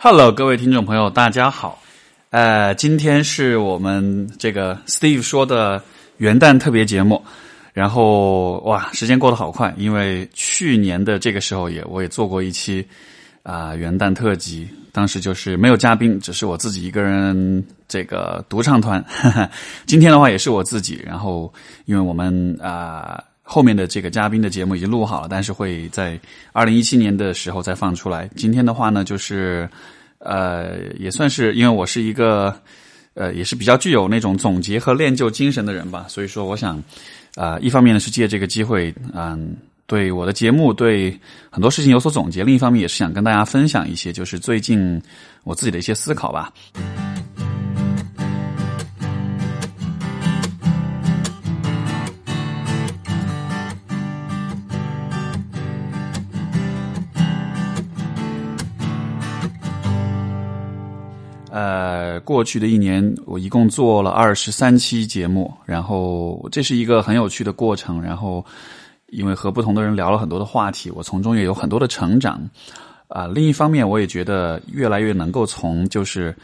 Hello， 各位听众朋友，大家好。今天是我们这个 Steve 说的元旦特别节目。然后哇，时间过得好快，因为去年的这个时候我也做过一期元旦特辑，当时就是没有嘉宾，只是我自己一个人这个独唱团。今天的话也是我自己，然后因为我们后面的这个嘉宾的节目已经录好了，但是会在2017年的时候再放出来。今天的话呢，就是也算是因为我是一个也是比较具有那种总结和练就精神的人吧，所以说我想一方面呢是借这个机会对我的节目对很多事情有所总结，另一方面也是想跟大家分享一些就是最近我自己的一些思考吧。过去的一年我一共做了23期节目，然后这是一个很有趣的过程，然后因为和不同的人聊了很多的话题，我从中也有很多的成长。另一方面我也觉得越来越能够从就是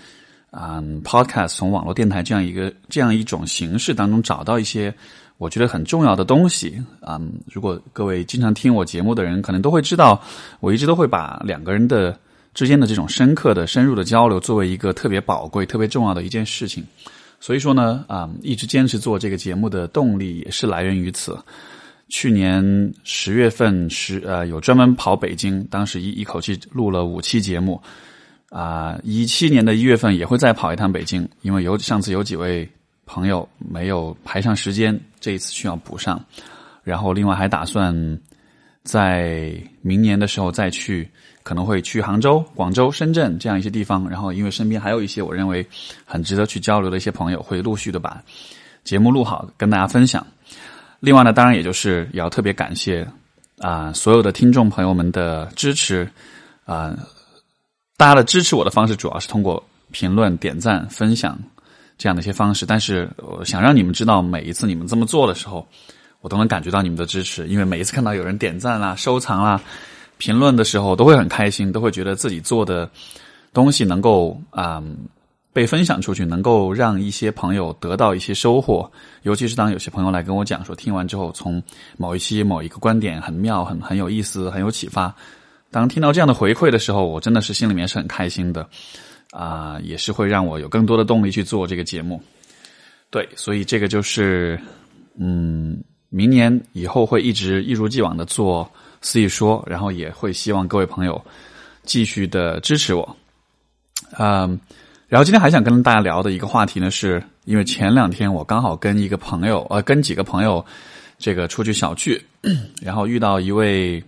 podcast 从网络电台这样一种形式当中找到一些我觉得很重要的东西。如果各位经常听我节目的人可能都会知道，我一直都会把两个人的之间的这种深刻的深入的交流作为一个特别宝贵特别重要的一件事情。所以说呢一直坚持做这个节目的动力也是来源于此。去年10月份有专门跑北京，当时一口气录了5期节目。17年的1月份也会再跑一趟北京，因为上次有几位朋友没有排上时间，这一次需要补上。然后另外还打算在明年的时候再去，可能会去杭州、广州、深圳这样一些地方，然后因为身边还有一些我认为很值得去交流的一些朋友，会陆续的把节目录好跟大家分享。另外呢，当然也要特别感谢所有的听众朋友们的支持。大家的支持我的方式主要是通过评论、点赞、分享这样的一些方式，但是我想让你们知道，每一次你们这么做的时候，我都能感觉到你们的支持，因为每一次看到有人点赞啦、收藏啦、评论的时候，都会很开心，都会觉得自己做的东西能够被分享出去，能够让一些朋友得到一些收获。尤其是当有些朋友来跟我讲说，听完之后从某一个观点很妙、很有意思、很有启发。当听到这样的回馈的时候，我真的是心里面是很开心的也是会让我有更多的动力去做这个节目。对，所以这个就是明年以后会一直一如既往的做肆意说，然后也会希望各位朋友继续的支持我。然后今天还想跟大家聊的一个话题呢，是因为前2天我刚好跟几个朋友这个出去小聚，然后遇到一位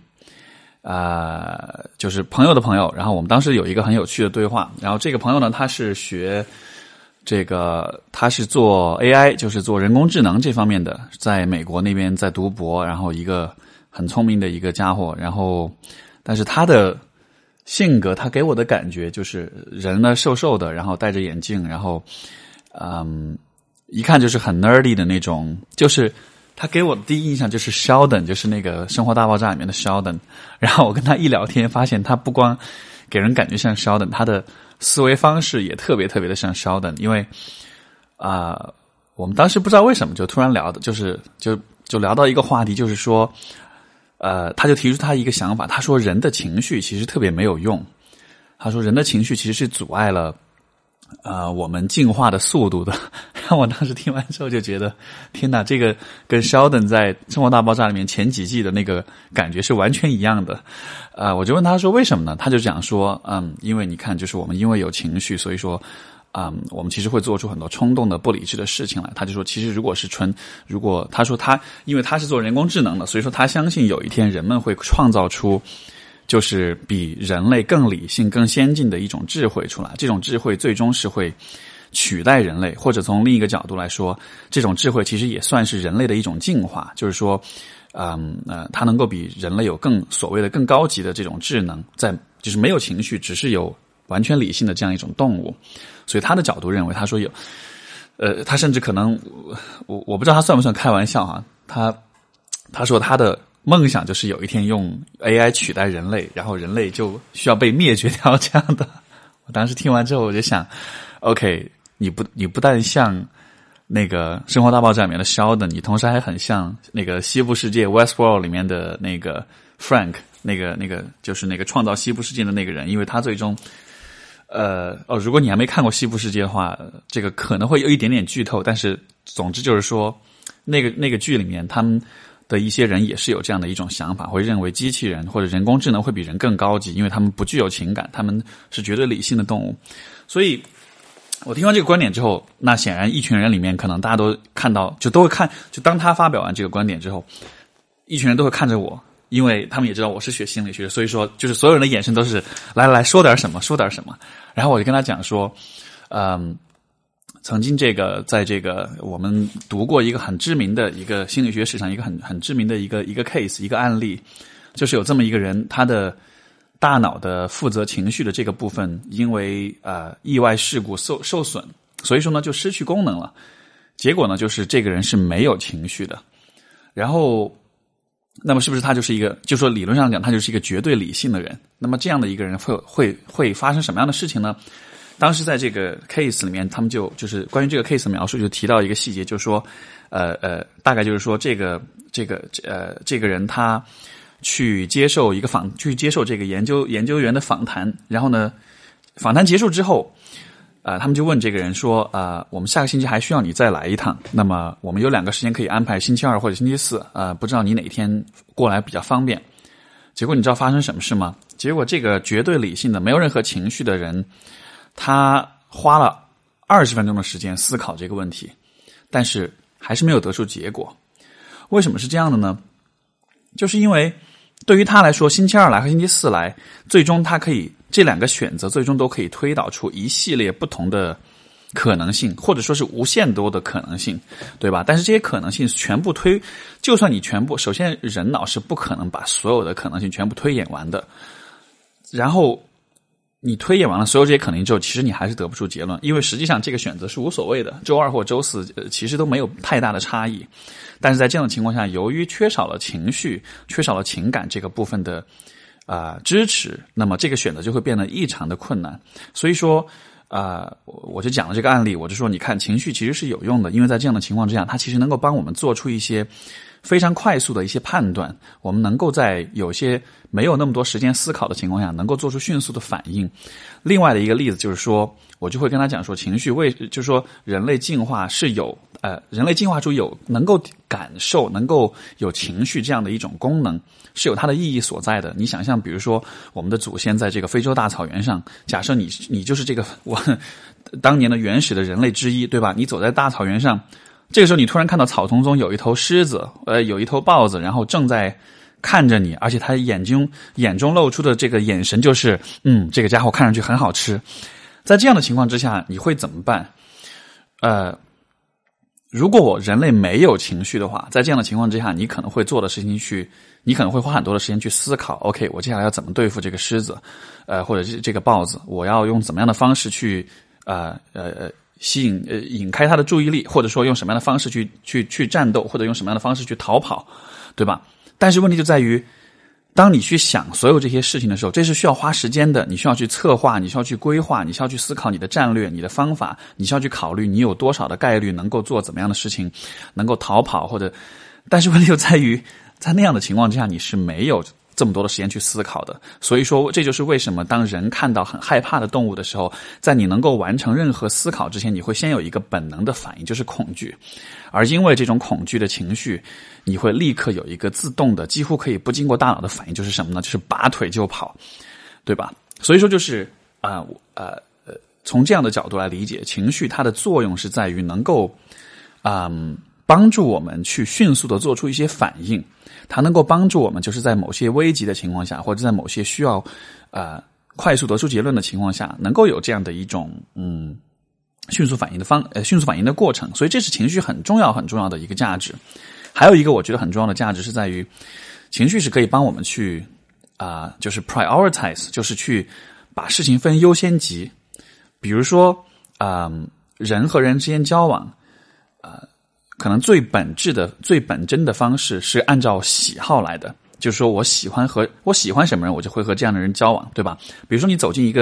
就是朋友的朋友，然后我们当时有一个很有趣的对话。然后这个朋友呢，他是做 AI， 就是做人工智能这方面的，在美国那边在读博，然后一个很聪明的一个家伙。然后但是他的性格，他给我的感觉就是人呢瘦瘦的，然后戴着眼镜，然后一看就是很 nerdy 的那种，就是他给我的第一印象就是 Sheldon， 就是那个生活大爆炸里面的 Sheldon。 然后我跟他一聊天，发现他不光给人感觉像 Sheldon， 他的思维方式也特别特别的像 Sheldon。 因为我们当时不知道为什么就突然聊的就聊到一个话题，就是说他就提出他一个想法，他说人的情绪其实特别没有用，他说人的情绪其实是阻碍了我们进化的速度的。然后我当时听完之后就觉得，天哪，这个跟 Sheldon 在《生活大爆炸》里面前几季的那个感觉是完全一样的。我就问他说为什么呢？他就讲说因为你看，就是我们因为有情绪，所以说我们其实会做出很多冲动的不理智的事情来。他就说其实他说因为他是做人工智能的，所以说他相信有一天人们会创造出就是比人类更理性更先进的一种智慧出来，这种智慧最终是会取代人类，或者从另一个角度来说，这种智慧其实也算是人类的一种进化，就是说它能够比人类有所谓的更高级的这种智能，就是没有情绪，只是有完全理性的这样一种动物。所以他的角度认为，他说他甚至可能我不知道他算不算开玩笑他说他的梦想就是有一天用 AI 取代人类，然后人类就需要被灭绝掉这样的。 我当时听完之后我就想 OK， 你不但像那个《生活大爆炸》里面的 Sheldon， 你同时还很像那个西部世界 Westworld 里面的那个 Frank， 那个就是那个创造西部世界的那个人，因为他最终如果你还没看过西部世界的话，这个可能会有一点点剧透，但是总之就是说那个剧里面他们的一些人也是有这样的一种想法，会认为机器人或者人工智能会比人更高级，因为他们不具有情感，他们是绝对理性的动物。所以我听完这个观点之后，那显然一群人里面可能大家都看到，就都会看，就当他发表完这个观点之后，一群人都会看着我，因为他们也知道我是学心理学，所以说就是所有人的眼神都是来说点什么。然后我就跟他讲说曾经这个在这个我们读过一个很知名的一个心理学史上一个很知名的一个 case 一个案例，就是有这么一个人，他的大脑的负责情绪的这个部分因为意外事故受损，所以说呢就失去功能了。结果呢就是这个人是没有情绪的。然后那么是不是他就是一个，就说理论上讲他就是一个绝对理性的人？那么这样的一个人会发生什么样的事情呢？当时在这个 case 里面，他们就是关于这个 case 的描述就提到一个细节，就是说大概就是说这个人他去接受这个研究员的访谈，然后呢访谈结束之后他们就问这个人说我们下个星期还需要你再来一趟，那么我们有2个时间可以安排，星期2或者星期4不知道你哪天过来比较方便。结果你知道发生什么事吗？结果这个绝对理性的没有任何情绪的人，他花了20分钟的时间思考这个问题，但是还是没有得出结果。为什么是这样的呢？就是因为对于他来说，星期2来和星期4来，最终他可以这2个选择最终都可以推导出一系列不同的可能性，或者说是无限多的可能性，对吧？但是这些可能性全部就算你全部，首先人脑是不可能把所有的可能性全部推演完的，然后你推演完了所有这些可能性之后，其实你还是得不出结论，因为实际上这个选择是无所谓的，周2或周4其实都没有太大的差异。但是在这样的情况下，由于缺少了情绪，缺少了情感这个部分的支持，那么这个选择就会变得异常的困难。所以说我就讲了这个案例，我就说你看情绪其实是有用的，因为在这样的情况之下，它其实能够帮我们做出一些非常快速的一些判断，我们能够在有些没有那么多时间思考的情况下能够做出迅速的反应。另外的一个例子就是说，我就会跟他讲说，情绪就是说人类进化是有人类进化出有能够感受，能够有情绪这样的一种功能，是有它的意义所在的。你想象比如说我们的祖先在这个非洲大草原上，假设你就是这个我当年的原始的人类之一，对吧？你走在大草原上，这个时候你突然看到草丛中有一头狮子有一头豹子，然后正在看着你，而且他眼中露出的这个眼神就是这个家伙看上去很好吃。在这样的情况之下你会怎么办？如果人类没有情绪的话，在这样的情况之下，你可能会做的事情你可能会花很多的时间去思考 OK 我接下来要怎么对付这个狮子或者这个豹子，我要用怎么样的方式去引开他的注意力，或者说用什么样的方式去战斗，或者用什么样的方式去逃跑，对吧？但是问题就在于，当你去想所有这些事情的时候，这是需要花时间的，你需要去策划，你需要去规划，你需要去思考你的战略，你的方法，你需要去考虑你有多少的概率能够做怎么样的事情，能够逃跑或者，但是问题就在于，在那样的情况之下，你是没有这么多的时间去思考的。所以说这就是为什么当人看到很害怕的动物的时候，在你能够完成任何思考之前，你会先有一个本能的反应，就是恐惧。而因为这种恐惧的情绪，你会立刻有一个自动的几乎可以不经过大脑的反应，就是什么呢？就是拔腿就跑，对吧？所以说就是从这样的角度来理解，情绪它的作用是在于能够帮助我们去迅速的做出一些反应，它能够帮助我们就是在某些危急的情况下，或者在某些需要快速得出结论的情况下，能够有这样的一种迅速反应的过程。所以这是情绪很重要的一个价值。还有一个我觉得很重要的价值是在于，情绪是可以帮我们去就是 prioritize， 就是去把事情分优先级。比如说人和人之间交往可能最本真的方式是按照喜好来的，就是说我喜欢什么人，我就会和这样的人交往，对吧？比如说你走进一个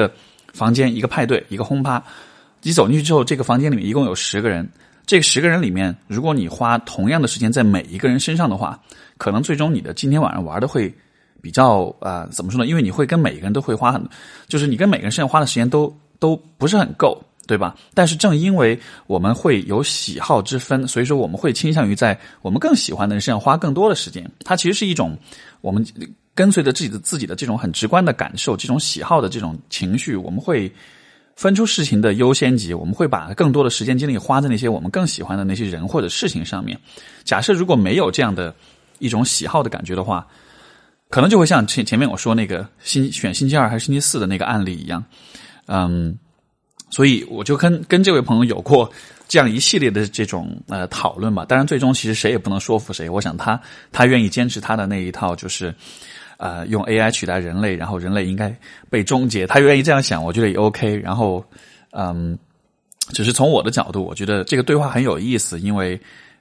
房间，一个派对，一个轰趴。你走进去之后，这个房间里面一共有10个人。这个10个人里面，如果你花同样的时间在每一个人身上的话，可能最终你的今天晚上玩的会比较怎么说呢？因为你会跟每个人都会花就是你跟每个人身上花的时间都不是很够，对吧？但是正因为我们会有喜好之分，所以说我们会倾向于在我们更喜欢的人身上花更多的时间。它其实是一种我们跟随着自己的这种很直观的感受，这种喜好的这种情绪，我们会分出事情的优先级，我们会把更多的时间精力花在那些我们更喜欢的那些人或者事情上面。假设如果没有这样的一种喜好的感觉的话，可能就会像前面我说那个选星期二还是星期四的那个案例一样，所以我就跟这位朋友有过这样一系列的这种讨论吧。当然最终其实谁也不能说服谁，我想他愿意坚持他的那一套，就是用 AI 取代人类，然后人类应该被终结，他愿意这样想，我觉得也 OK。然后只是从我的角度，我觉得这个对话很有意思，因为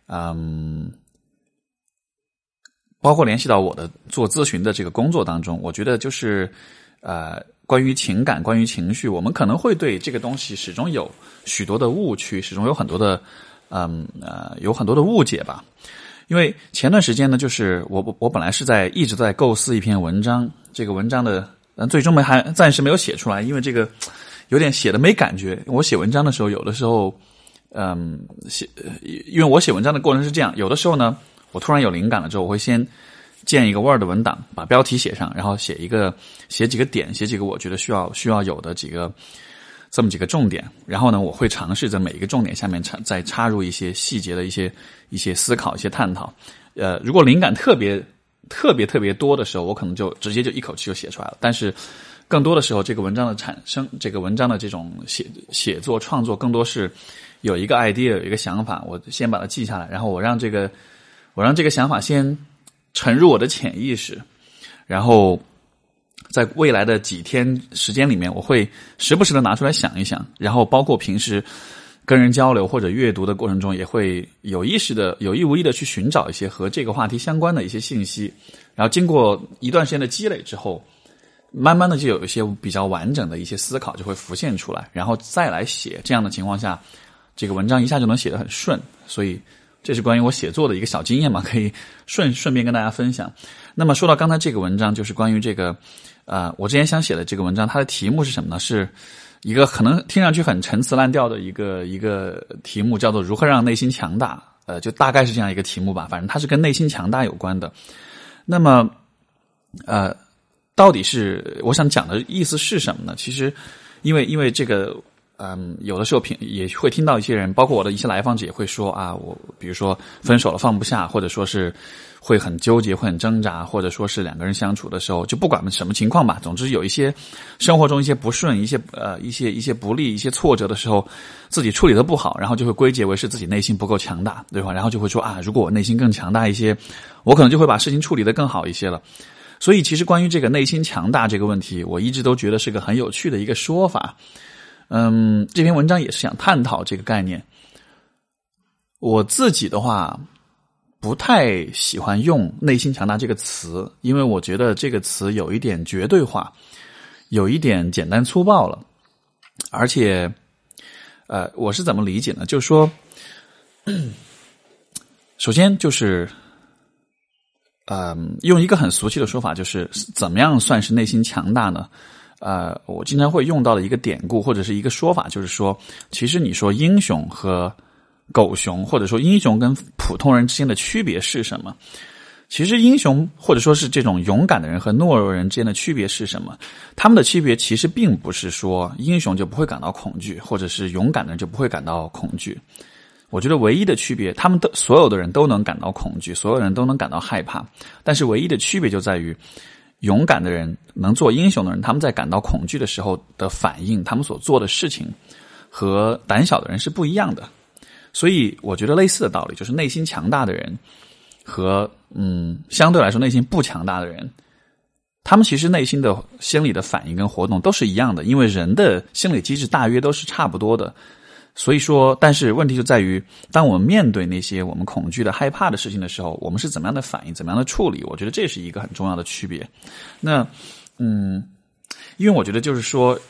包括联系到我的做咨询的这个工作当中，我觉得就是关于情感，关于情绪，我们可能会对这个东西始终有许多的误区，始终有很多的有很多的误解吧。因为前段时间呢，就是我本来是一直在构思一篇文章，这个文章的最终暂时没有写出来，因为这个有点写的没感觉。我写文章的时候，有的时候因为我写文章的过程是这样，有的时候呢，我突然有灵感了之后，我会先建一个 Word 文档，把标题写上，然后写几个点，写几个我觉得需要有的这么几个重点，然后呢，我会尝试在每一个重点下面再插入一些细节的一些思考、一些探讨。如果灵感特别多的时候，我可能就直接就一口气就写出来了。但是更多的时候，这个文章的产生，这个文章的这种写作创作，更多是有一个 idea， 有一个想法，我先把它记下来，然后我让这个想法先沉入我的潜意识，然后在未来的几天时间里面，我会时不时的拿出来想一想，然后包括平时跟人交流或者阅读的过程中，也会有意无意的去寻找一些和这个话题相关的一些信息，然后经过一段时间的积累之后，慢慢的就有一些比较完整的一些思考就会浮现出来，然后再来写。这样的情况下，这个文章一下就能写得很顺。所以这是关于我写作的一个小经验嘛，可以顺便跟大家分享。那么说到刚才这个文章，就是关于这个我之前想写的这个文章，它的题目是什么呢？是一个可能听上去很陈词滥调的一个题目，叫做如何让内心强大。就大概是这样一个题目吧，反正它是跟内心强大有关的。那么到底是我想讲的意思是什么呢？其实因为这个有的时候也会听到一些人，包括我的一些来访者也会说我比如说分手了放不下，或者说是会很纠结，会很挣扎，或者说是两个人相处的时候，就不管什么情况吧，总之有一些生活中一些不顺，一些不利，一些挫折的时候，自己处理得不好，然后就会归结为是自己内心不够强大，对吧？然后就会说如果我内心更强大一些，我可能就会把事情处理得更好一些了。所以其实关于这个内心强大这个问题，我一直都觉得是个很有趣的一个说法。这篇文章也是想探讨这个概念。我自己的话不太喜欢用内心强大这个词，因为我觉得这个词有一点绝对化，有一点简单粗暴了。而且我是怎么理解呢？就是说首先就是用一个很俗气的说法，就是怎么样算是内心强大呢？我经常会用到的一个典故或者是一个说法，就是说其实你说英雄和狗熊，或者说英雄跟普通人之间的区别是什么？其实英雄或者说是这种勇敢的人和懦弱人之间的区别是什么？他们的区别其实并不是说英雄就不会感到恐惧，或者是勇敢的人就不会感到恐惧。我觉得唯一的区别，他们所有的人都能感到恐惧，所有人都能感到害怕，但是唯一的区别就在于勇敢的人，能做英雄的人，他们在感到恐惧的时候的反应，他们所做的事情和胆小的人是不一样的。所以我觉得类似的道理，就是内心强大的人和相对来说内心不强大的人，他们其实内心的心理的反应跟活动都是一样的，因为人的心理机制大约都是差不多的。所以说，但是问题就在于，当我们面对那些我们恐惧的、害怕的事情的时候，我们是怎么样的反应，怎么样的处理？我觉得这是一个很重要的区别。那，因为我觉得就是说，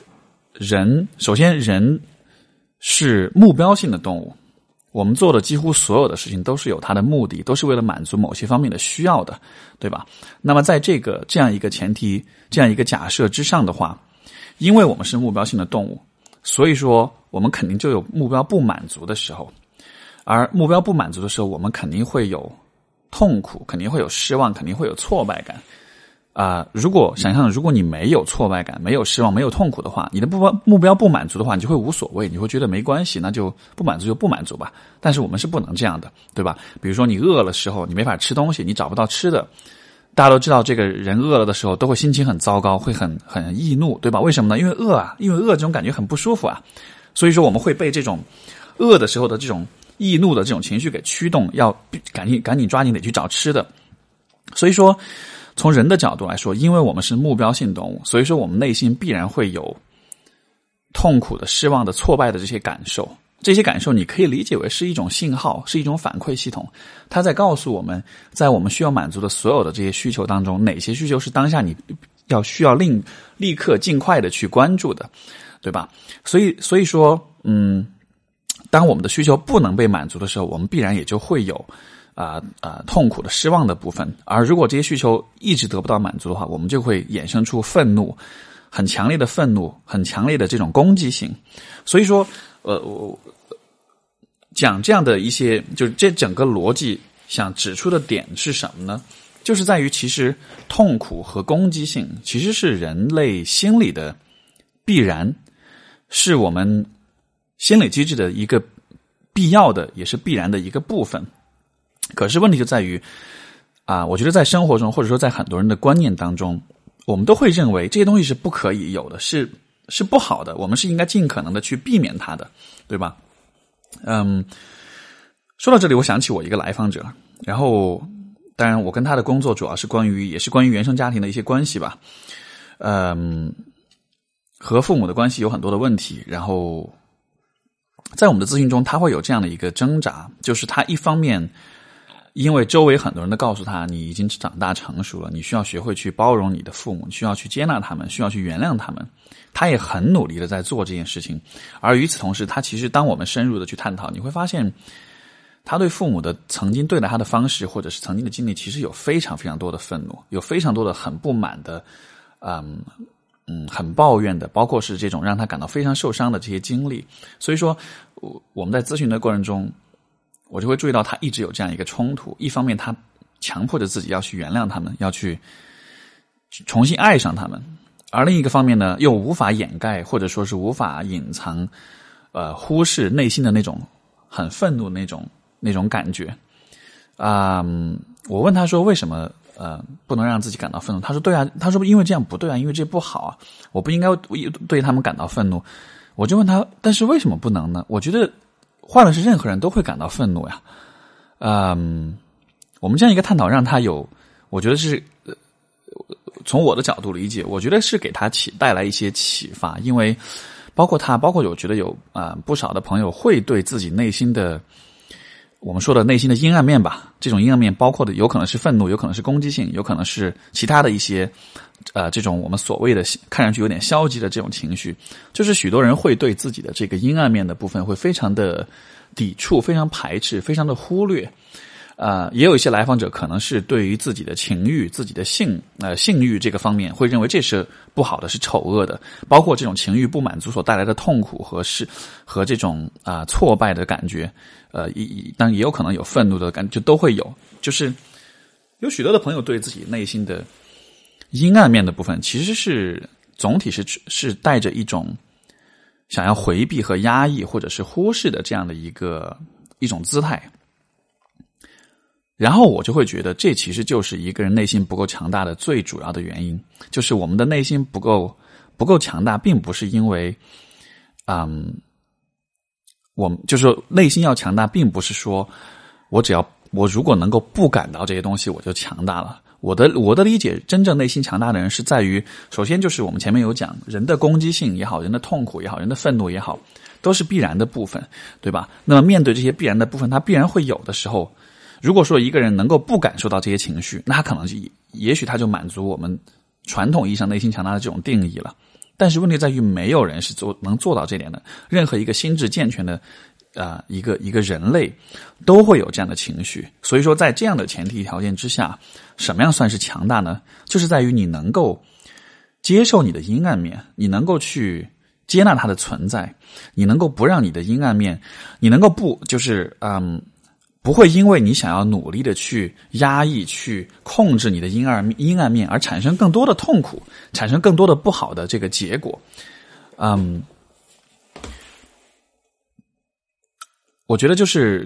首先人是目标性的动物，我们做的几乎所有的事情都是有它的目的，都是为了满足某些方面的需要的，对吧？那么在这样一个前提，这样一个假设之上的话，因为我们是目标性的动物，所以说我们肯定就有目标不满足的时候，而目标不满足的时候，我们肯定会有痛苦，肯定会有失望，肯定会有挫败感。如果你没有挫败感，没有失望，没有痛苦的话，你的目标不满足的话，你就会无所谓，你会觉得没关系，那就不满足就不满足吧。但是我们是不能这样的，对吧？比如说你饿了时候，你没法吃东西，你找不到吃的，大家都知道这个人饿了的时候都会心情很糟糕，会很易怒，对吧？为什么呢？因为饿这种感觉很不舒服啊，所以说我们会被这种饿的时候的这种易怒的这种情绪给驱动，要赶紧抓紧得去找吃的。所以说从人的角度来说，因为我们是目标性动物，所以说我们内心必然会有痛苦的、失望的、挫败的这些感受。这些感受你可以理解为是一种信号，是一种反馈系统，它在告诉我们，在我们需要满足的所有的这些需求当中，哪些需求是当下你需要立刻尽快的去关注的，对吧？所以说当我们的需求不能被满足的时候，我们必然也就会有痛苦的、失望的部分。而如果这些需求一直得不到满足的话，我们就会衍生出愤怒，很强烈的愤怒，很强烈的这种攻击性。所以说我讲这样的一些，就是这整个逻辑想指出的点是什么呢？就是在于其实痛苦和攻击性其实是人类心理的必然，是我们心理机制的一个必要的也是必然的一个部分。可是问题就在于我觉得在生活中，或者说在很多人的观念当中，我们都会认为这些东西是不可以有的，是不好的，我们是应该尽可能的去避免它的，对吧？说到这里，我想起我一个来访者，然后当然我跟他的工作主要是也是关于原生家庭的一些关系吧。和父母的关系有很多的问题，然后在我们的咨询中，他会有这样的一个挣扎，就是他一方面因为周围很多人都告诉他，你已经长大成熟了，你需要学会去包容你的父母，你需要去接纳他们，需要去原谅他们。他也很努力的在做这件事情。而与此同时，他其实当我们深入的去探讨，你会发现他对父母的曾经对待他的方式，或者是曾经的经历，其实有非常非常多的愤怒，有非常多的很不满的很抱怨的，包括是这种让他感到非常受伤的这些经历。所以说我们在咨询的过程中，我就会注意到他一直有这样一个冲突。一方面他强迫着自己要去原谅他们，要去重新爱上他们，而另一个方面呢，又无法掩盖或者说是无法隐藏忽视内心的那种很愤怒的那种感觉。我问他说为什么不能让自己感到愤怒？他说对啊，他说因为这样不对啊，因为这不好啊，我不应该对他们感到愤怒。我就问他，但是为什么不能呢？我觉得换了是任何人都会感到愤怒呀。我们这样一个探讨让他我觉得是从我的角度理解，我觉得是给他带来一些启发。因为包括我觉得有不少的朋友会对自己内心的，我们说的内心的阴暗面吧，这种阴暗面包括的有可能是愤怒，有可能是攻击性，有可能是其他的一些这种我们所谓的看上去有点消极的这种情绪。就是许多人会对自己的这个阴暗面的部分会非常的抵触，非常排斥，非常的忽略。也有一些来访者可能是对于自己的情欲、自己的性欲这个方面会认为这是不好的，是丑恶的，包括这种情欲不满足所带来的痛苦和这种挫败的感觉。当然也有可能有愤怒的感觉，就都会有。就是有许多的朋友对自己内心的阴暗面的部分，其实是总体是带着一种想要回避和压抑或者是忽视的这样的一种姿态。然后我就会觉得这其实就是一个人内心不够强大的最主要的原因。就是我们的内心不够强大，并不是因为我们就是说内心要强大，并不是说我如果能够不感到这些东西我就强大了。我的理解，真正内心强大的人是在于，首先就是我们前面有讲，人的攻击性也好，人的痛苦也好，人的愤怒也好，都是必然的部分，对吧？那么面对这些必然的部分，它必然会有的时候，如果说一个人能够不感受到这些情绪，那他可能也许他就满足我们传统意义上内心强大的这种定义了。 但是问题在于没有人是能做到这点的。任何一个心智健全的一个人类都会有这样的情绪。所以说在这样的前提条件之下，什么样算是强大呢？就是在于你能够接受你的阴暗面，你能够去接纳它的存在，你能够不让你的阴暗面，你能够不会因为你想要努力的去压抑、去控制你的阴暗面而产生更多的痛苦，产生更多的不好的这个结果。我觉得就是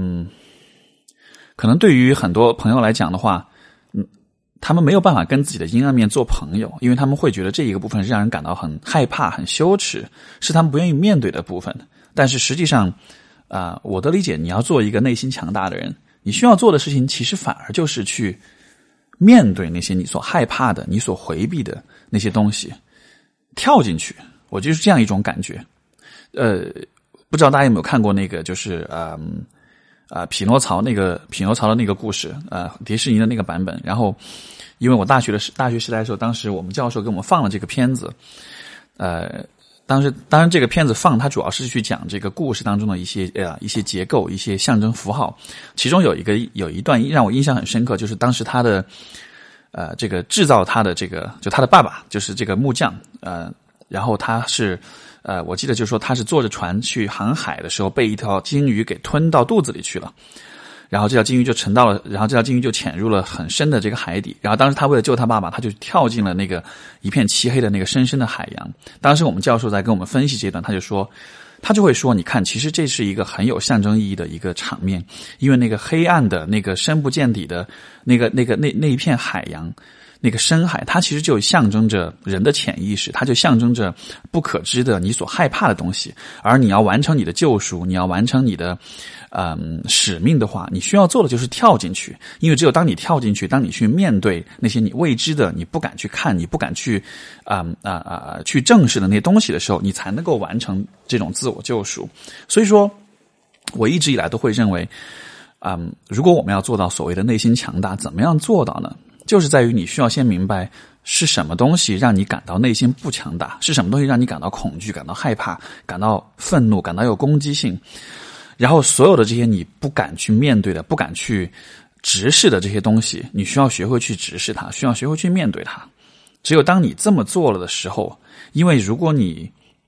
可能对于很多朋友来讲的话，他们没有办法跟自己的阴暗面做朋友，因为他们会觉得这一个部分是让人感到很害怕、很羞耻，是他们不愿意面对的部分。但是实际上我的理解，你要做一个内心强大的人，你需要做的事情其实反而就是去面对那些你所害怕的、你所回避的那些东西，跳进去。我就是这样一种感觉。不知道大家有没有看过那个就是匹诺曹的那个故事，迪士尼的那个版本。然后因为我大学时代的时候，当时我们教授给我们放了这个片子，当然这个片子放它主要是去讲这个故事当中的一些结构、一些象征符号。其中有一段让我印象很深刻，就是当时他的这个制造他的这个就他的爸爸就是这个木匠，然后他是我记得就是说他是坐着船去航海的时候被一条鲸鱼给吞到肚子里去了。然后这条鲸鱼就沉到了，然后这条鲸鱼就潜入了很深的这个海底。然后当时他为了救他爸爸，他就跳进了那个一片漆黑的那个深深的海洋。当时我们教授在跟我们分析这段，他就会说，你看，其实这是一个很有象征意义的一个场面，因为那个黑暗的那个深不见底的那一片海洋。那个深海，它其实就象征着人的潜意识，它就象征着不可知的你所害怕的东西。而你要完成你的救赎，你要完成你的使命的话，你需要做的就是跳进去。因为只有当你跳进去，当你去面对那些你未知的、你不敢去看、你不敢去去正视的那些东西的时候，你才能够完成这种自我救赎。所以说，我一直以来都会认为，如果我们要做到所谓的内心强大，怎么样做到呢？就是在于你需要先明白是什么东西让你感到内心不强大，是什么东西让你感到恐惧、感到害怕、感到愤怒、感到有攻击性。然后所有的这些你不敢去面对的、不敢去直视的这些东西，你需要学会去直视它，需要学会去面对它。只有当你这么做了的时候，因为如果你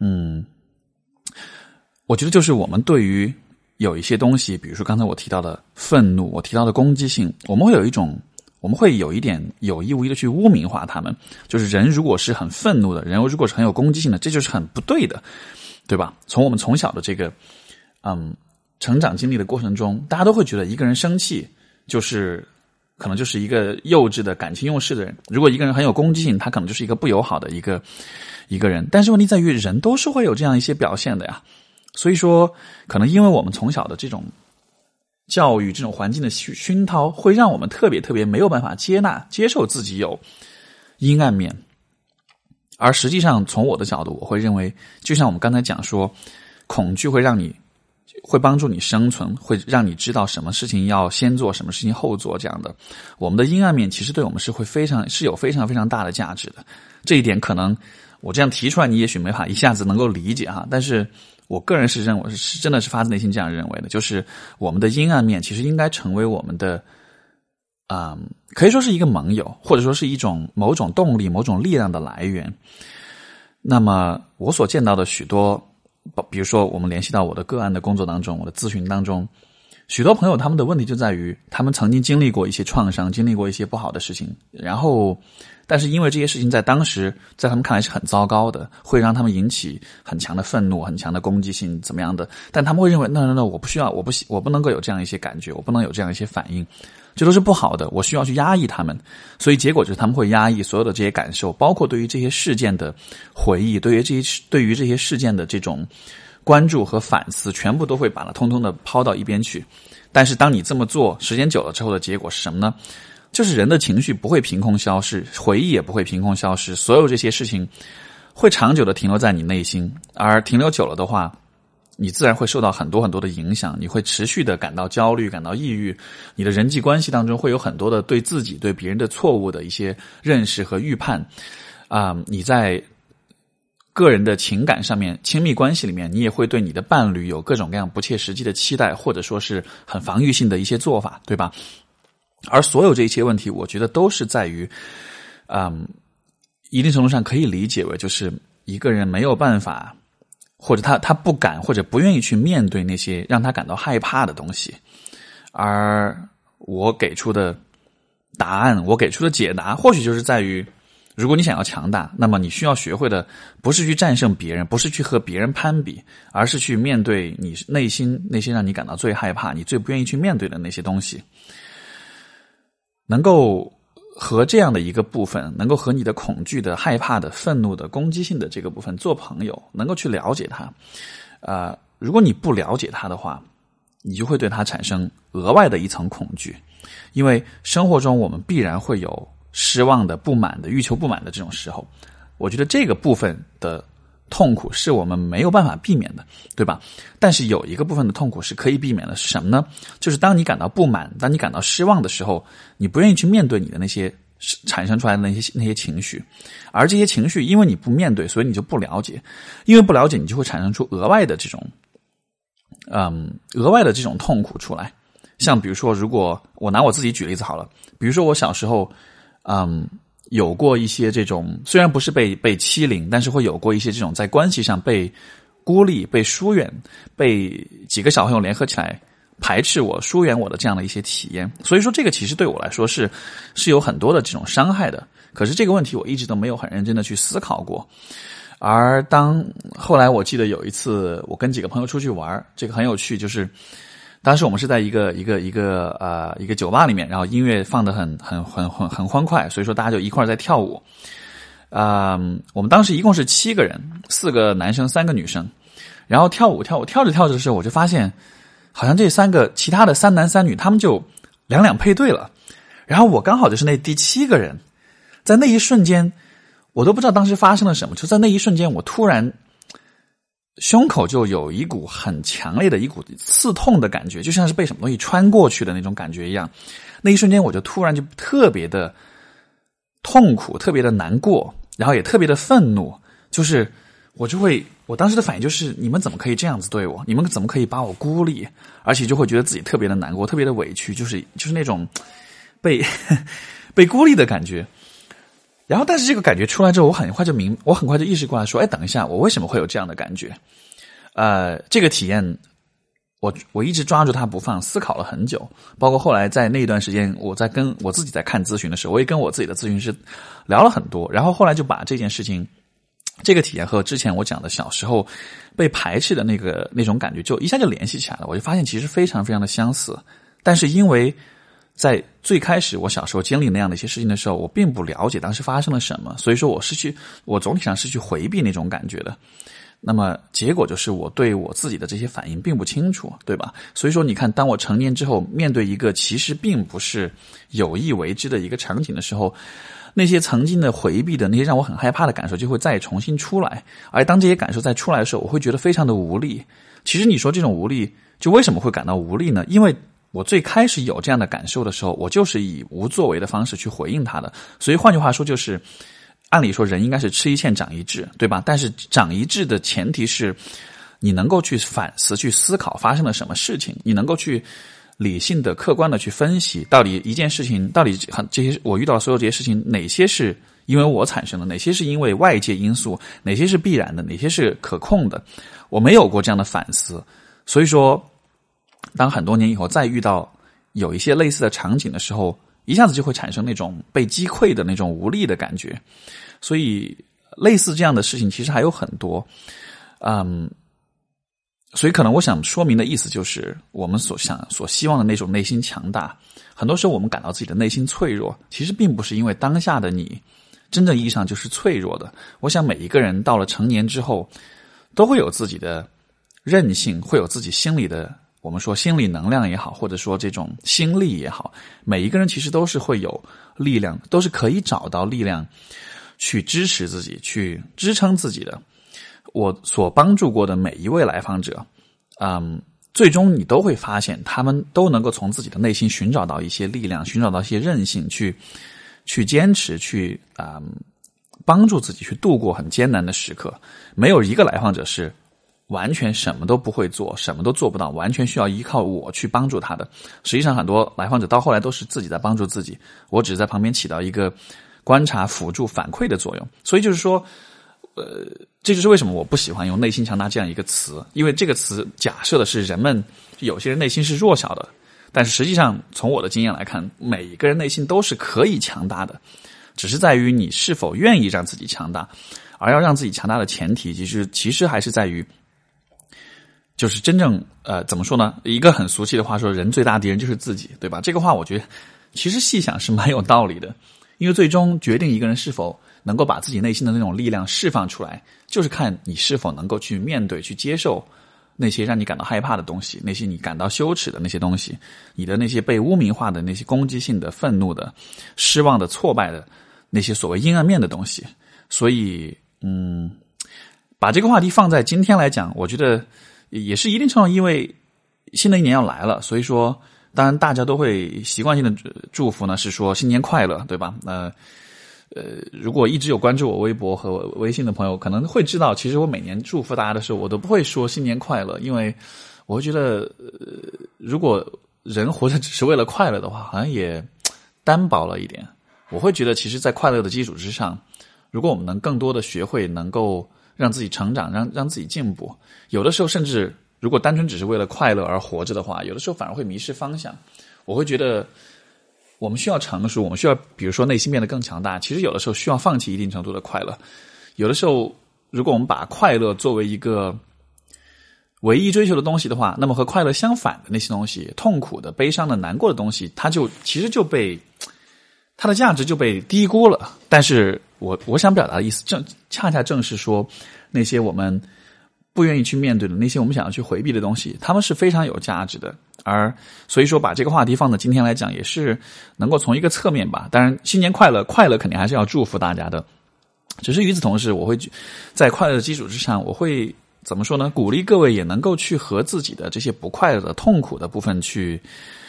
我觉得就是我们对于有一些东西，比如说刚才我提到的愤怒，我提到的攻击性，我们会有一点有意无意的去污名化他们。就是人如果是很愤怒的，人如果是很有攻击性的，这就是很不对的，对吧？从我们从小的这个成长经历的过程中，大家都会觉得一个人生气可能就是一个幼稚的感情用事的人。如果一个人很有攻击性，他可能就是一个不友好的一个人。但是问题在于，人都是会有这样一些表现的呀。所以说，可能因为我们从小的这种教育、这种环境的熏陶，会让我们特别没有办法接受自己有阴暗面。而实际上，从我的角度，我会认为，就像我们刚才讲说，恐惧会帮助你生存，会让你知道什么事情要先做，什么事情后做，这样的。我们的阴暗面其实对我们是有非常非常大的价值的。这一点可能我这样提出来，你也许没法一下子能够理解哈，但是我个人是认为，是真的是发自内心这样认为的，就是我们的阴暗面其实应该成为我们的可以说是一个盟友，或者说是一种某种动力、某种力量的来源。那么我所见到的许多，比如说我们联系到我的个案的工作当中，我的咨询当中，许多朋友他们的问题就在于，他们曾经经历过一些创伤，经历过一些不好的事情，然后但是因为这些事情在当时在他们看来是很糟糕的，会让他们引起很强的愤怒、很强的攻击性怎么样的，但他们会认为那我不需要，我不能够有这样一些感觉，我不能有这样一些反应，这都是不好的，我需要去压抑他们。所以结果就是他们会压抑所有的这些感受，包括对于这些事件的回忆，对于这些事件的这种关注和反思，全部都会把它通通的抛到一边去。但是当你这么做，时间久了之后的结果是什么呢？就是人的情绪不会凭空消失，回忆也不会凭空消失，所有这些事情会长久的停留在你内心，而停留久了的话，你自然会受到很多很多的影响，你会持续的感到焦虑，感到抑郁，你的人际关系当中会有很多的对自己、对别人的错误的一些认识和预判你在个人的情感上面，亲密关系里面，你也会对你的伴侣有各种各样不切实际的期待，或者说是很防御性的一些做法，对吧？而所有这一些问题，我觉得都是在于，一定程度上可以理解为就是一个人没有办法，或者他不敢或者不愿意去面对那些让他感到害怕的东西，而我给出的答案，我给出的解答，或许就是在于，如果你想要强大，那么你需要学会的不是去战胜别人，不是去和别人攀比，而是去面对你内心那些让你感到最害怕、你最不愿意去面对的那些东西。能够和这样的一个部分，能够和你的恐惧的、害怕的、愤怒的、攻击性的这个部分做朋友，能够去了解它。如果你不了解它的话，你就会对它产生额外的一层恐惧，因为生活中我们必然会有失望的、不满的、欲求不满的这种时候。我觉得这个部分的痛苦是我们没有办法避免的，对吧？但是有一个部分的痛苦是可以避免的，是什么呢？就是当你感到不满，当你感到失望的时候，你不愿意去面对你的那些产生出来的那些情绪，而这些情绪因为你不面对，所以你就不了解，因为不了解，你就会产生出额外的这种痛苦出来。像比如说，如果我拿我自己举例子好了，比如说我小时候有过一些这种，虽然不是被欺凌，但是会有过一些这种在关系上被孤立、被疏远、被几个小朋友联合起来排斥我、疏远我的这样的一些体验。所以说这个其实对我来说是有很多的这种伤害的。可是这个问题我一直都没有很认真的去思考过。而当后来我记得有一次我跟几个朋友出去玩，这个很有趣，就是当时我们是在一个酒吧里面，然后音乐放得很欢快，所以说大家就一块在跳舞。我们当时一共是7个人，4个男生3个女生，然后跳着的时候，我就发现好像这其他的3男3女他们就两配对了，然后我刚好就是那第7个人。在那一瞬间我都不知道当时发生了什么，就在那一瞬间我突然胸口就有一股很强烈的一股刺痛的感觉，就像是被什么东西穿过去的那种感觉一样。那一瞬间我就突然就特别的痛苦，特别的难过，然后也特别的愤怒，就是我当时的反应就是你们怎么可以这样子对我，你们怎么可以把我孤立，而且就会觉得自己特别的难过，特别的委屈，就是那种被孤立的感觉。然后但是这个感觉出来之后，我很快就意识过来说，等一下，我为什么会有这样的感觉？这个体验我一直抓住它不放，思考了很久。包括后来在那一段时间，我在跟我自己在看咨询的时候，我也跟我自己的咨询师聊了很多，然后后来就把这件事情，这个体验和之前我讲的小时候被排斥的那种感觉就一下就联系起来了。我就发现其实非常非常的相似，但是因为在最开始我小时候经历那样的一些事情的时候，我并不了解当时发生了什么，所以说我总体上是去回避那种感觉的。那么结果就是我对我自己的这些反应并不清楚，对吧？所以说你看，当我成年之后面对一个其实并不是有意为之的一个场景的时候，那些曾经的回避的那些让我很害怕的感受就会再重新出来。而当这些感受再出来的时候，我会觉得非常的无力。其实你说这种无力，就为什么会感到无力呢？因为我最开始有这样的感受的时候，我就是以无作为的方式去回应它的。所以换句话说，就是按理说人应该是吃一堑长一智，对吧？但是长一智的前提是你能够去反思、去思考发生了什么事情，你能够去理性的、客观的去分析，到底一件事情，到底这些我遇到的所有这些事情，哪些是因为我产生的，哪些是因为外界因素，哪些是必然的，哪些是可控的。我没有过这样的反思，所以说当很多年以后再遇到有一些类似的场景的时候，一下子就会产生那种被击溃的那种无力的感觉。所以类似这样的事情其实还有很多。所以可能我想说明的意思就是我们所希望的那种内心强大，很多时候我们感到自己的内心脆弱，其实并不是因为当下的你真正意义上就是脆弱的。我想每一个人到了成年之后都会有自己的韧性，会有自己心里的，我们说心理能量也好，或者说这种心力也好，每一个人其实都是会有力量，都是可以找到力量去支持自己，去支撑自己的。我所帮助过的每一位来访者，最终你都会发现他们都能够从自己的内心寻找到一些力量，寻找到一些韧性，去坚持，去帮助自己去度过很艰难的时刻。没有一个来访者是完全什么都不会做，什么都做不到，完全需要依靠我去帮助他的。实际上很多来访者到后来都是自己在帮助自己，我只是在旁边起到一个观察、辅助、反馈的作用。所以就是说这就是为什么我不喜欢用内心强大这样一个词，因为这个词假设的是人们有些人内心是弱小的，但是实际上从我的经验来看，每一个人内心都是可以强大的，只是在于你是否愿意让自己强大。而要让自己强大的前提其实还是在于就是真正怎么说呢，一个很俗气的话说，人最大敌人就是自己，对吧？这个话我觉得其实细想是蛮有道理的，因为最终决定一个人是否能够把自己内心的那种力量释放出来，就是看你是否能够去面对、去接受那些让你感到害怕的东西，那些你感到羞耻的那些东西，你的那些被污名化的那些攻击性的、愤怒的、失望的、挫败的那些所谓阴暗面的东西。所以把这个话题放在今天来讲，我觉得也是一定程度，因为新的一年要来了，所以说当然大家都会习惯性的祝福呢，是说新年快乐，对吧？如果一直有关注我微博和微信的朋友可能会知道，其实我每年祝福大家的时候我都不会说新年快乐，因为我会觉得如果人活着只是为了快乐的话，好像也单薄了一点。我会觉得其实在快乐的基础之上，如果我们能更多的学会能够让自己成长，让自己进步，有的时候甚至如果单纯只是为了快乐而活着的话，有的时候反而会迷失方向。我会觉得我们需要成熟，我们需要比如说内心变得更强大，其实有的时候需要放弃一定程度的快乐。有的时候如果我们把快乐作为一个唯一追求的东西的话，那么和快乐相反的那些东西，痛苦的、悲伤的、难过的东西，它其实就被它的价值就被低估了。但是我想表达的意思恰恰正是说，那些我们不愿意去面对的，那些我们想要去回避的东西，它们是非常有价值的。而所以说把这个话题放在今天来讲，也是能够从一个侧面吧。当然新年快乐，快乐肯定还是要祝福大家的，只是与此同时，我会在快乐的基础之上，我会怎么说呢，鼓励各位也能够去和自己的这些不快乐的、痛苦的部分去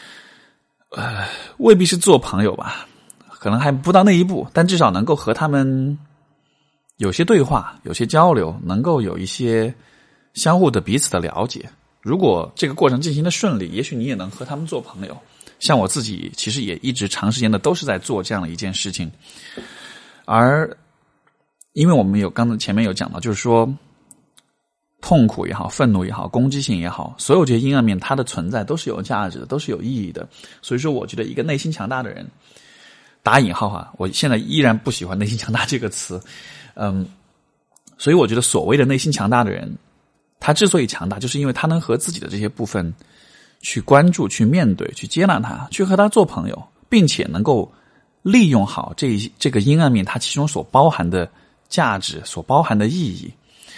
未必是做朋友吧，可能还不到那一步，但至少能够和他们有些对话，有些交流，能够有一些相互的彼此的了解。如果这个过程进行的顺利，也许你也能和他们做朋友。像我自己其实也一直长时间的都是在做这样的一件事情。而因为我们刚才前面有讲到，就是说痛苦也好，愤怒也好，攻击性也好，所有这些阴暗面它的存在都是有价值的，都是有意义的。所以说我觉得一个内心强大的人，打引号哈，我现在依然不喜欢内心强大这个词。所以我觉得所谓的内心强大的人，他之所以强大，就是因为他能和自己的这些部分去关注、去面对、去接纳他，去和他做朋友，并且能够利用好这个阴暗面它其中所包含的价值、所包含的意义。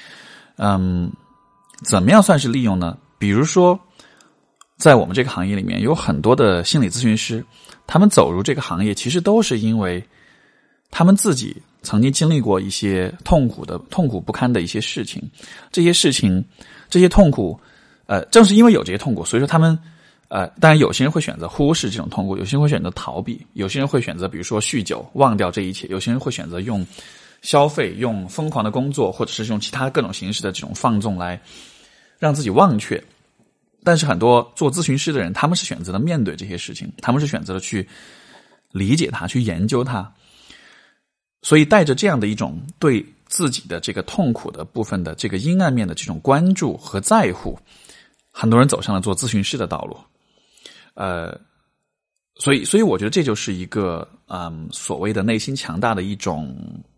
怎么样算是利用呢？比如说在我们这个行业里面有很多的心理咨询师，他们走入这个行业其实都是因为他们自己曾经经历过一些痛苦不堪的一些事情，这些痛苦正是因为有这些痛苦，所以说他们当然有些人会选择忽视这种痛苦，有些人会选择逃避，有些人会选择比如说酗酒忘掉这一切，有些人会选择用消费、用疯狂的工作，或者是用其他各种形式的这种放纵来让自己忘却。但是很多做咨询师的人，他们是选择了面对这些事情，他们是选择了去理解它，去研究它。所以带着这样的一种对自己的这个痛苦的部分的这个阴暗面的这种关注和在乎，很多人走上了做咨询师的道路。所以我觉得这就是一个所谓的内心强大的一种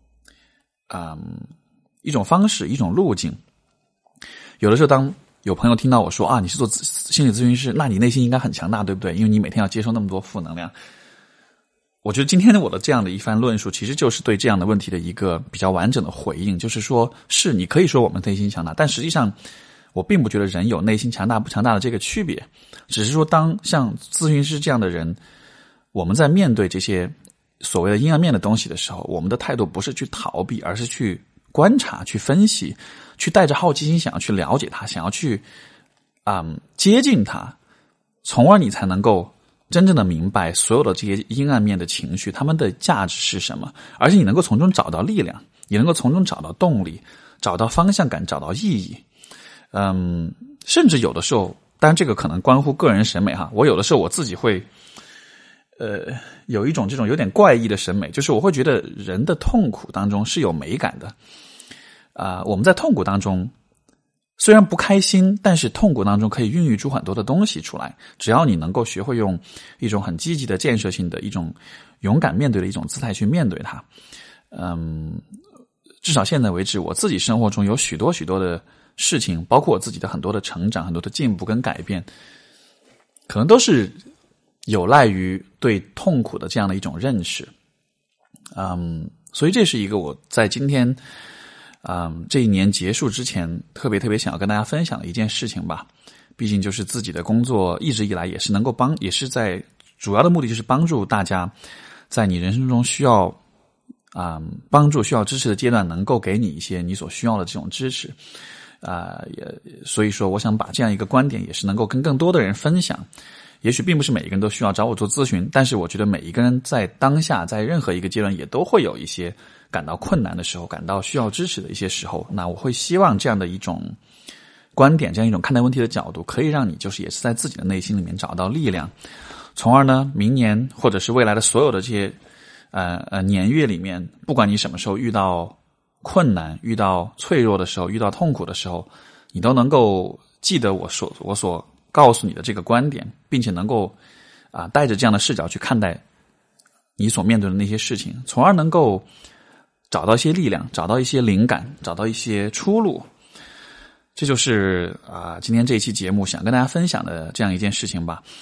方式，一种路径。有的时候当有朋友听到我说你是做心理咨询师，那你内心应该很强大，对不对？因为你每天要接受那么多负能量。我觉得今天我的这样的一番论述，其实就是对这样的问题的一个比较完整的回应，就是说，是你可以说我们内心强大，但实际上我并不觉得人有内心强大不强大的这个区别，只是说当像咨询师这样的人，我们在面对这些所谓的阴暗面的东西的时候，我们的态度不是去逃避，而是去观察、去分析，去带着好奇心想要去了解它，想要去接近它，从而你才能够真正的明白所有的这些阴暗面的情绪，它们的价值是什么，而且你能够从中找到力量。 你能够从中找到动力，找到方向感，找到意义。甚至有的时候，当然这个可能关乎个人审美哈，我有的时候我自己会有一种这种有点怪异的审美，就是我会觉得人的痛苦当中是有美感的。我们在痛苦当中虽然不开心，但是痛苦当中可以孕育出很多的东西出来，只要你能够学会用一种很积极的建设性的一种勇敢面对的一种姿态去面对它。至少现在为止，我自己生活中有许多的事情，包括我自己的很多的成长，很多的进步跟改变，可能都是有赖于对痛苦的这样的一种认识。所以这是一个我在今天这一年结束之前特别想要跟大家分享的一件事情吧。毕竟就是自己的工作一直以来也是能够也是在主要的目的就是帮助大家在你人生中需要帮助需要支持的阶段，能够给你一些你所需要的这种支持。所以说我想把这样一个观点也是能够跟更多的人分享。也许并不是每一个人都需要找我做咨询，但是我觉得每一个人在当下在任何一个阶段也都会有一些感到困难的时候，感到需要支持的一些时候。那我会希望这样的一种观点，这样一种看待问题的角度，可以让你就是也是在自己的内心里面找到力量，从而呢明年或者是未来的所有的这些年月里面，不管你什么时候遇到困难，遇到脆弱的时候，遇到痛苦的时候，你都能够记得我所告诉你的这个观点，并且能够带着这样的视角去看待你所面对的那些事情，从而能够找到一些力量，找到一些灵感，找到一些出路。这就是今天这一期节目想跟大家分享的这样一件事情吧。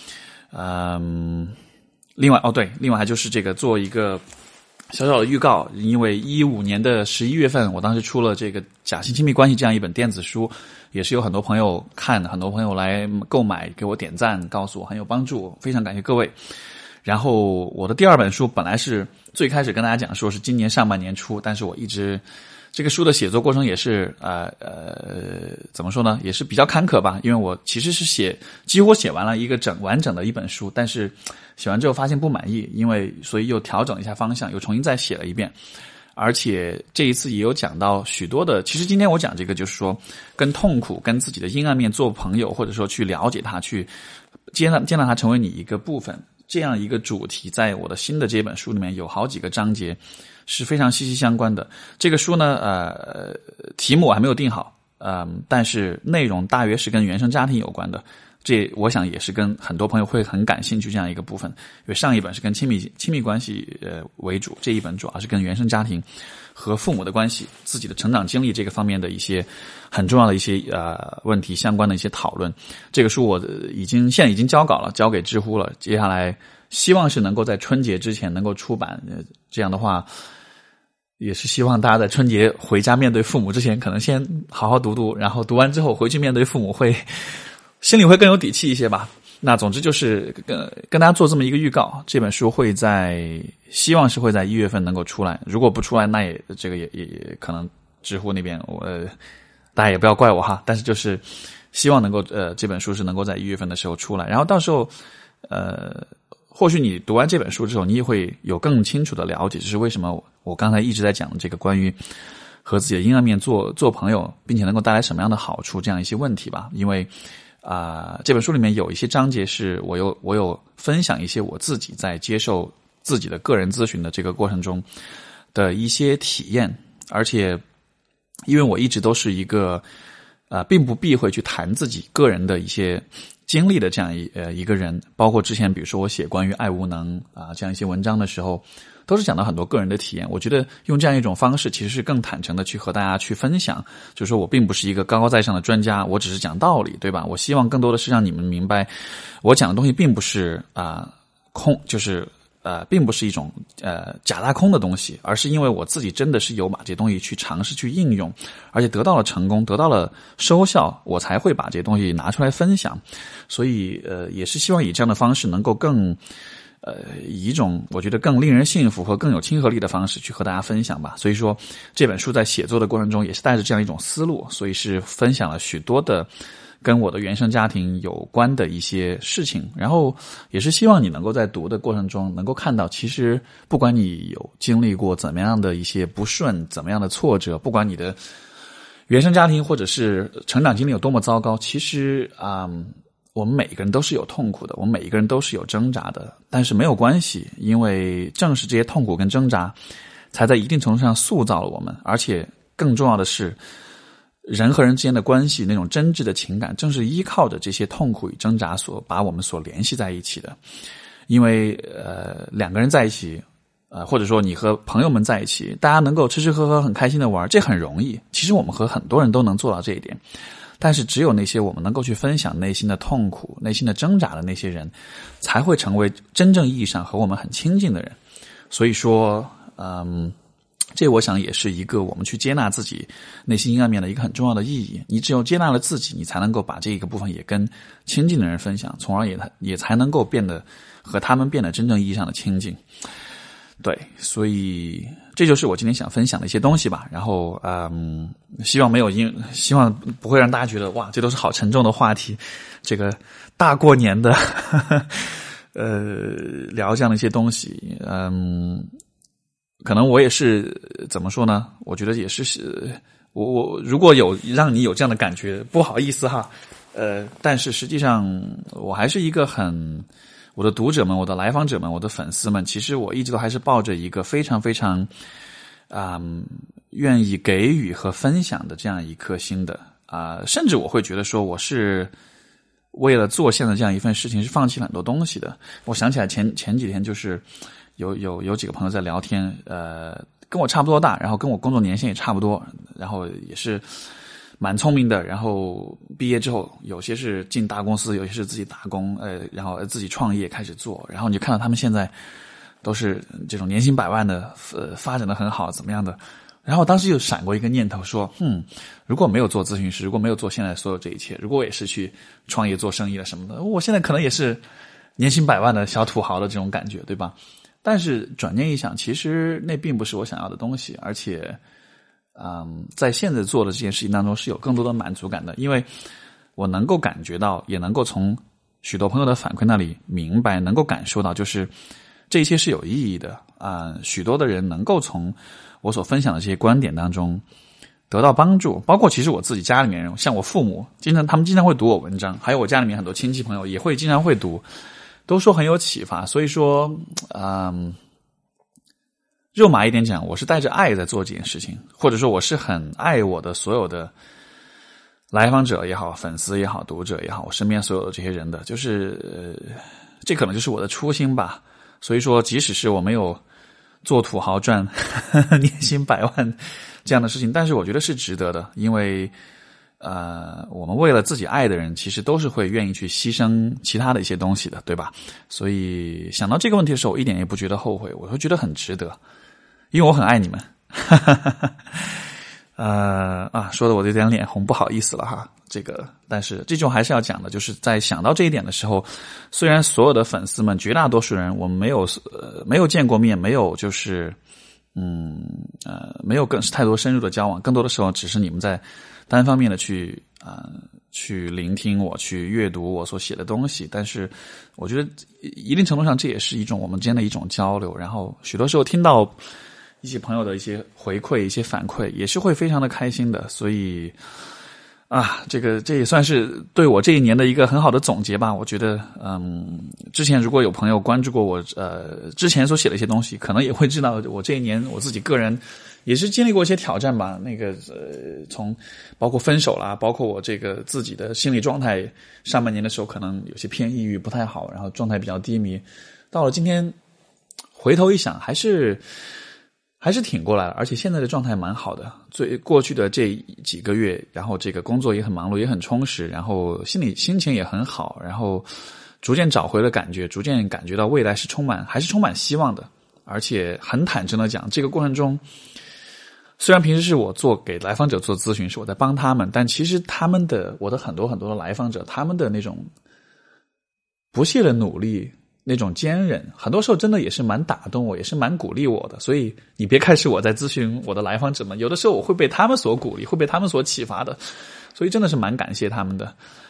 另外还就是这个做一个小小的预告，因为15年的11月份，我当时出了这个《假性亲密关系》这样一本电子书，也是有很多朋友看，很多朋友来购买，给我点赞，告诉我很有帮助，非常感谢各位。然后我的第二本书本来是最开始跟大家讲说是今年上半年出，但是我一直这个书的写作过程也是怎么说呢，也是比较坎坷吧，因为我其实是几乎写完了一个完整的一本书，但是写完之后发现不满意，所以又调整一下方向，又重新再写了一遍。而且这一次也有讲到许多的，其实今天我讲这个就是说跟痛苦跟自己的阴暗面做朋友，或者说去了解它，去接纳它成为你一个部分，这样一个主题在我的新的这本书里面有好几个章节是非常息息相关的。这个书呢题目我还没有定好，但是内容大约是跟原生家庭有关的，这我想也是跟很多朋友会很感兴趣这样一个部分。因为上一本是跟亲密关系为主，这一本主要是跟原生家庭和父母的关系，自己的成长经历这个方面的一些很重要的一些问题相关的一些讨论。这个书我现在已经交稿了，交给知乎了，接下来希望是能够在春节之前能够出版。这样的话也是希望大家在春节回家面对父母之前，可能先好好读，然后读完之后回去面对父母心里会更有底气一些吧。那总之就是跟大家做这么一个预告，这本书希望是会在1月份能够出来，如果不出来那也可能知乎那边大家也不要怪我哈，但是就是希望能够这本书是能够在1月份的时候出来，然后到时候或许你读完这本书之后，你也会有更清楚的了解，就是为什么我刚才一直在讲的这个关于和自己的阴暗面做朋友，并且能够带来什么样的好处这样一些问题吧。因为这本书里面有一些章节是我有分享一些我自己在接受自己的个人咨询的这个过程中的一些体验，而且因为我一直都是一个并不避讳去谈自己个人的一些经历的这样一个人，包括之前比如说我写关于爱无能这样一些文章的时候，都是讲到很多个人的体验。我觉得用这样一种方式其实是更坦诚的去和大家去分享，就是说我并不是一个高高在上的专家，我只是讲道理，对吧？我希望更多的是让你们明白，我讲的东西并不是就是并不是一种假大空的东西，而是因为我自己真的是有把这些东西去尝试去应用，而且得到了成功，得到了收效，我才会把这些东西拿出来分享。所以也是希望以这样的方式能够更以一种我觉得更令人信服和更有亲和力的方式去和大家分享吧。所以说这本书在写作的过程中也是带着这样一种思路，所以是分享了许多的跟我的原生家庭有关的一些事情，然后也是希望你能够在读的过程中能够看到，其实不管你有经历过怎么样的一些不顺，怎么样的挫折，不管你的原生家庭或者是成长经历有多么糟糕，其实我们每个人都是有痛苦的，我们每一个人都是有挣扎的，但是没有关系，因为正是这些痛苦跟挣扎才在一定程度上塑造了我们，而且更重要的是，人和人之间的关系那种真挚的情感，正是依靠着这些痛苦与挣扎所把我们所联系在一起的。因为两个人在一起，或者说你和朋友们在一起，大家能够吃吃喝喝很开心的玩，这很容易。其实我们和很多人都能做到这一点，但是只有那些我们能够去分享内心的痛苦、内心的挣扎的那些人，才会成为真正意义上和我们很亲近的人。所以说这我想也是一个我们去接纳自己内心阴暗面的一个很重要的意义。你只有接纳了自己，你才能够把这个部分也跟亲近的人分享，从而也才能够和他们变得真正意义上的亲近。对，所以这就是我今天想分享的一些东西吧。然后希望不会让大家觉得哇，这都是好沉重的话题，这个大过年的聊这样的一些东西。可能我也是怎么说呢？我觉得也是我如果有让你有这样的感觉，不好意思哈。但是实际上我还是一个我的读者们、我的来访者们、我的粉丝们，其实我一直都还是抱着一个非常非常愿意给予和分享的这样一颗心的甚至我会觉得说我是为了做现在这样一份事情是放弃了很多东西的。我想起来前几天就是有几个朋友在聊天，跟我差不多大，然后跟我工作年限也差不多，然后也是蛮聪明的，然后毕业之后有些是进大公司，有些是自己打工，然后自己创业开始做，然后你就看到他们现在都是这种年薪100万的，发展的很好，怎么样的。然后当时就闪过一个念头说，如果没有做咨询师，如果没有做现在所有这一切，如果我也是去创业做生意了什么的，我现在可能也是年薪100万的小土豪的这种感觉，对吧？但是转念一想，其实那并不是我想要的东西，而且在现在做的这件事情当中是有更多的满足感的，因为我能够感觉到，也能够从许多朋友的反馈那里明白，能够感受到，就是这一切是有意义的许多的人能够从我所分享的这些观点当中得到帮助，包括其实我自己家里面人，像我父母他们经常会读我文章，还有我家里面很多亲戚朋友也会经常会读，都说很有启发。所以说肉麻一点讲，我是带着爱在做这件事情，或者说我是很爱我的所有的来访者也好，粉丝也好，读者也好，我身边所有的这些人的，就是这可能就是我的初心吧。所以说即使是我没有做土豪赚年薪100万这样的事情，但是我觉得是值得的，因为我们为了自己爱的人，其实都是会愿意去牺牲其他的一些东西的，对吧？所以想到这个问题的时候，我一点也不觉得后悔，我会觉得很值得，因为我很爱你们。说的我有点脸红，不好意思了哈。但是这种还是要讲的，就是在想到这一点的时候，虽然所有的粉丝们，绝大多数人我们没有见过面，没有就是没有太多深入的交往，更多的时候只是你们在单方面的去聆听我，去阅读我所写的东西。但是我觉得一定程度上这也是一种我们之间的一种交流，然后许多时候听到一些朋友的一些回馈，一些反馈，也是会非常的开心的。所以这也算是对我这一年的一个很好的总结吧。我觉得之前如果有朋友关注过我之前所写的一些东西，可能也会知道我这一年我自己个人也是经历过一些挑战吧。从包括分手啦，包括我这个自己的心理状态，上半年的时候可能有些偏抑郁，不太好，然后状态比较低迷，到了今天回头一想，还是挺过来了，而且现在的状态蛮好的。过去的这几个月，然后这个工作也很忙碌，也很充实，然后心情也很好，然后逐渐找回了感觉，逐渐感觉到未来还是充满希望的。而且很坦诚的讲，这个过程中，虽然平时是我给来访者做咨询，是我在帮他们，但其实我的很多很多的来访者，他们的那种不懈的努力，那种坚韧，很多时候真的也是蛮打动我，也是蛮鼓励我的。所以你别看是我在咨询我的来访者们，有的时候我会被他们所鼓励，会被他们所启发的，所以真的是蛮感谢他们的。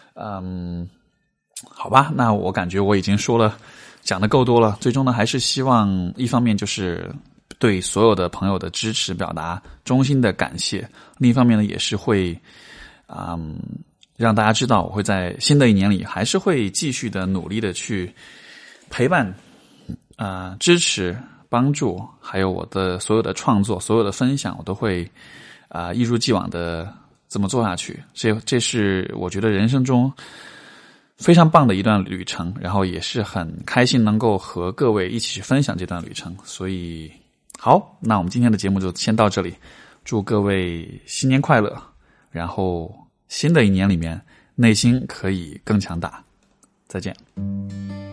好吧，那我感觉我已经讲的够多了。最终呢，还是希望一方面就是对所有的朋友的支持表达衷心的感谢，另一方面呢，也是会让大家知道我会在新的一年里还是会继续的努力的去陪伴支持帮助，还有我的所有的创作所有的分享，我都会一如既往的这么做下去。这是我觉得人生中非常棒的一段旅程，然后也是很开心能够和各位一起去分享这段旅程。所以好，那我们今天的节目就先到这里，祝各位新年快乐，然后新的一年里面内心可以更强大。再见。